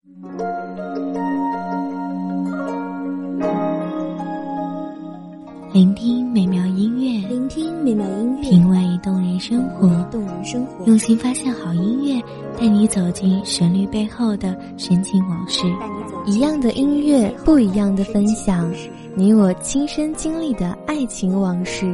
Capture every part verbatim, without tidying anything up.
聆听美妙音乐， 聆听美妙音乐， 品味动人生活， 动人生活， 用心发现好音乐，带你走进旋律背后的深情往事。 一样的音乐，不一样的分享，你我亲身经历的爱情往事。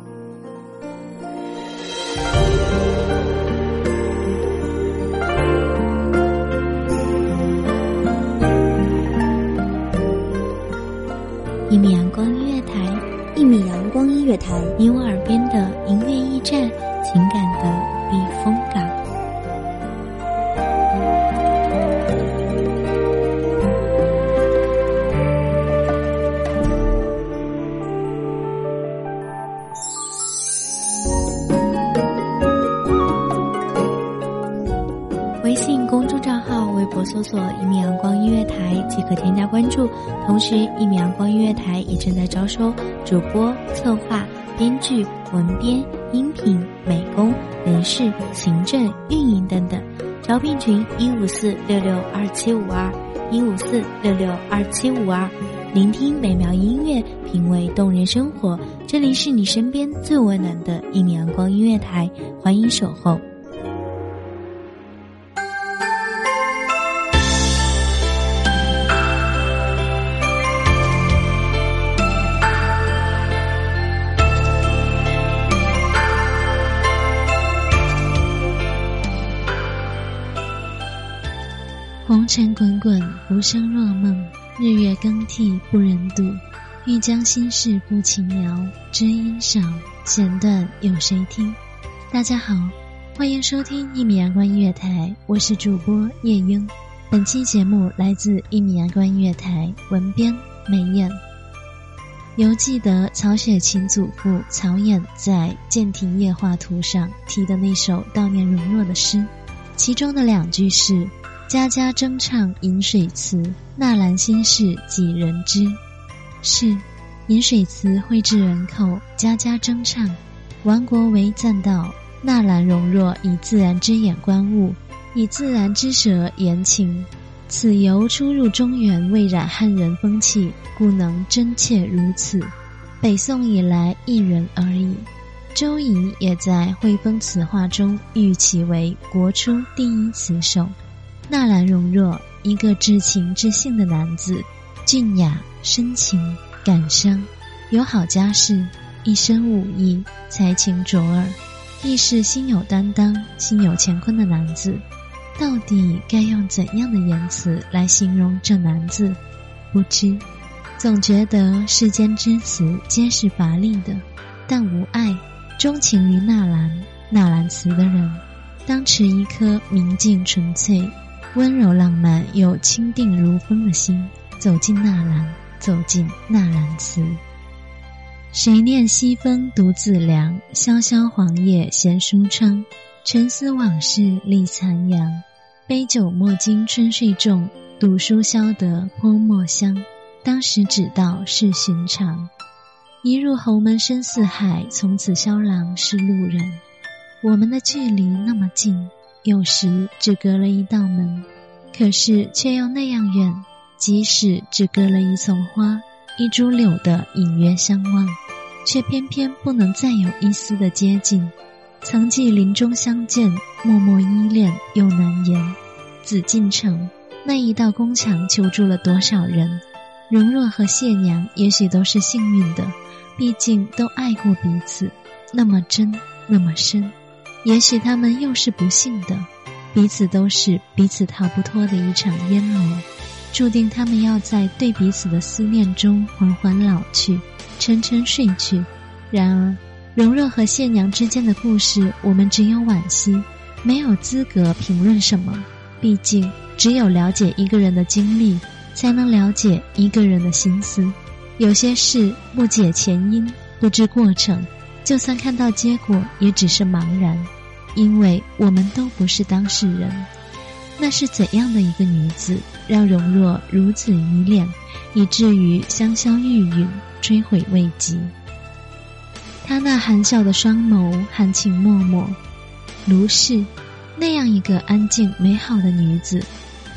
一米阳光音乐台， 一米阳光音乐台， 你我耳边的音乐驿站，情感的避风港。微信公众账号、微博搜索一米阳光音乐台即可添加关注。同时，一米阳光音乐台也正在招收主播、策划、编剧、文编、音频、美工、人事、行政、运营等等。招聘群一五四六六二七五二一五四六六二七五二。聆听美妙音乐，品味动人生活。这里是你身边最温暖的一米阳光音乐台，欢迎守候。红尘滚滚，浮生若梦，日月更替不忍睹。欲将心事付情描，知音少，弦断有谁听？大家好，欢迎收听一米阳光音乐台，我是主播叶英。本期节目来自一米阳光音乐台，文编美艳。犹记得曹雪芹祖父曹衍在《剑庭夜话图》上题的那首悼念容若的诗，其中的两句是家家争唱饮水词，纳兰心事几人知。是，饮水词脍炙人口，家家争唱。王国维赞道：纳兰容若以自然之眼观物，以自然之舌言情。此由初入中原，未染汉人风气，故能真切如此。北宋以来一人而已。周颐也在《汇风词话》中誉其为国初第一词手。纳兰容若，一个至情至性的男子，俊雅、深情、感伤，有好家世，一身武艺，才情卓尔，亦是心有担当、心有乾坤的男子。到底该用怎样的言辞来形容这男子？不知，总觉得世间之词皆是乏力的，但无爱、钟情于纳兰、纳兰词的人，当持一颗明净纯粹、温柔浪漫又清定如风的心，走进纳兰，走进纳兰词。谁念西风独自凉，萧萧黄叶闲书窗。沉思往事立残阳，杯酒莫惊春睡重，读书消得泼墨香。当时只道是寻常，一入侯门深似海，从此萧郎是路人。我们的距离那么近，有时只隔了一道门，可是却又那样远，即使只隔了一丛花、一株柳的隐约相望，却偏偏不能再有一丝的接近。曾记林中相见，默默依恋又难言。紫禁城那一道宫墙求助了多少人？容若和谢娘也许都是幸运的，毕竟都爱过彼此，那么真，那么深。也许他们又是不幸的，彼此都是彼此逃不脱的一场烟魔，注定他们要在对彼此的思念中缓缓老去，沉沉睡去。然而容若和谢娘之间的故事，我们只有惋惜，没有资格评论什么。毕竟只有了解一个人的经历，才能了解一个人的心思。有些事不解前因，不知过程，就算看到结果也只是茫然，因为我们都不是当事人。那是怎样的一个女子，让容若如此依恋，以至于香消玉殒，追悔未及。她那含笑的双眸，含情脉脉。卢氏，那样一个安静美好的女子，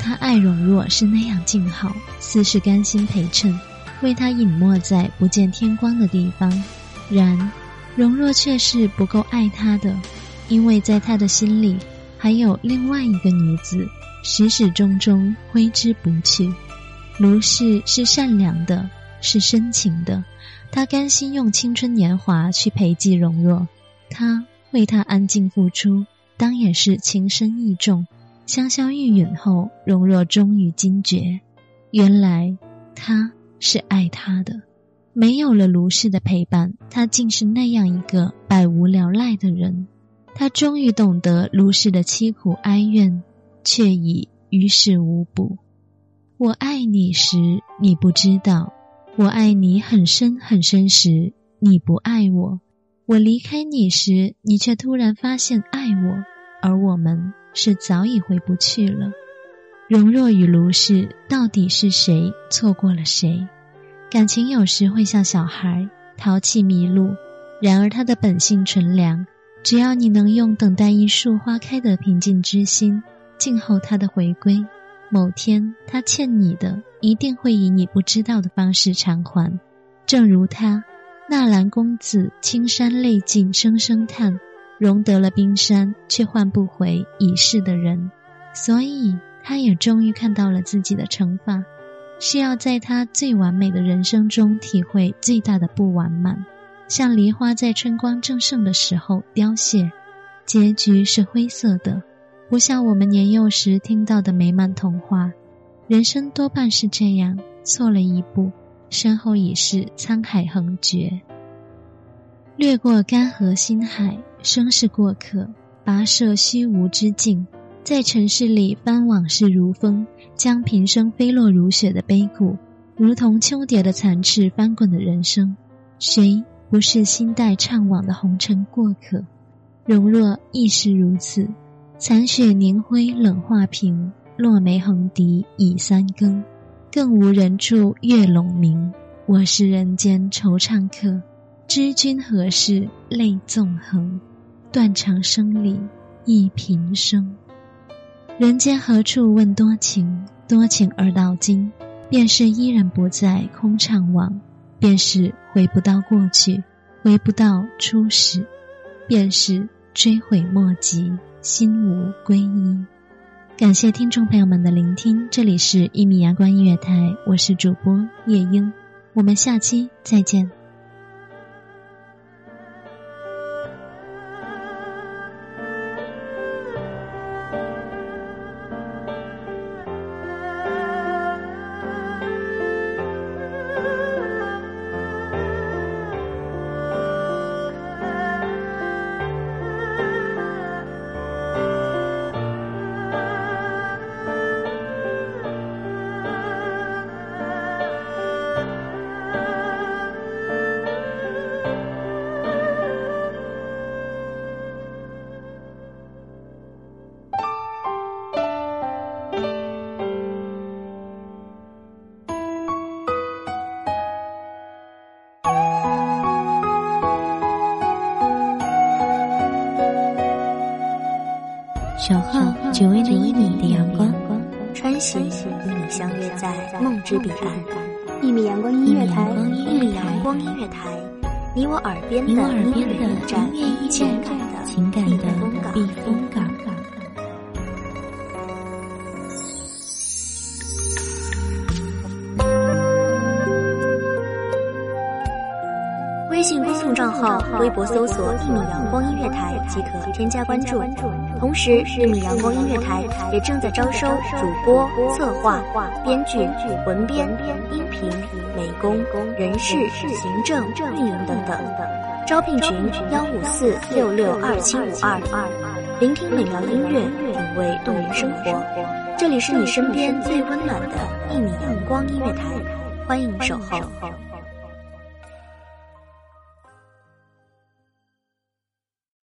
他爱容若是那样静好，似是甘心陪衬，为他隐没在不见天光的地方。然容若却是不够爱他的，因为在他的心里还有另外一个女子，始始终终挥之不去。卢氏是善良的，是深情的，他甘心用青春年华去陪祭容若，他为他安静付出，当也是情深意重。香消玉殒后，容若终于惊觉，原来他是爱他的。没有了卢氏的陪伴，他竟是那样一个百无聊赖的人。他终于懂得卢氏的凄苦哀怨，却已于事无补。我爱你时，你不知道；我爱你很深很深时，你不爱我；我离开你时，你却突然发现爱我，而我们是早已回不去了。容若与卢氏到底是谁错过了谁？感情有时会像小孩，淘气迷路，然而他的本性纯良，只要你能用等待一树花开的平静之心，静候他的回归，某天他欠你的一定会以你不知道的方式偿还。正如他，纳兰公子青山泪尽声声叹，容得了冰山，却换不回已逝的人。所以他也终于看到了自己的惩罚，是要在他最完美的人生中体会最大的不完满，像梨花在春光正盛的时候凋谢，结局是灰色的，不像我们年幼时听到的美满童话。人生多半是这样，错了一步，身后已是沧海横绝。掠过干涸星海，生是过客，跋涉虚无之境，在尘世里翻往事如风，将平生飞落如雪的悲故，如同秋蝶的残翅翻滚的人生，谁不是心带怅惘的红尘过客？容若亦是如此，残雪凝辉冷画屏，落梅横笛已三更，更无人处月笼明。我是人间惆怅客，知君何事泪纵横，断肠声里忆平生。人间何处问多情，多情而到今，便是依然不在空怅望，便是回不到过去，回不到初始，便是追悔莫及，心无归依。感谢听众朋友们的聆听，这里是一米阳光音乐台，我是主播夜莺，我们下期再见。 守候只为那一米的阳光， 穿行与你相约在梦之彼岸。一米阳光音乐台，一米阳光音乐台，你我耳边的音乐驿站，情感的情感的避风港。 微信公众账号、微博搜索“一米阳光音乐台”即可添加关注。同时，一米阳光音乐台也正在招收主播、策划、编剧、文编、音频、美工、人事、行政、运营等等。招聘群：幺五四六六二七五二。聆听美妙音乐，品味动人生活。这里是你身边最温暖的一米阳光音乐台，欢迎守候。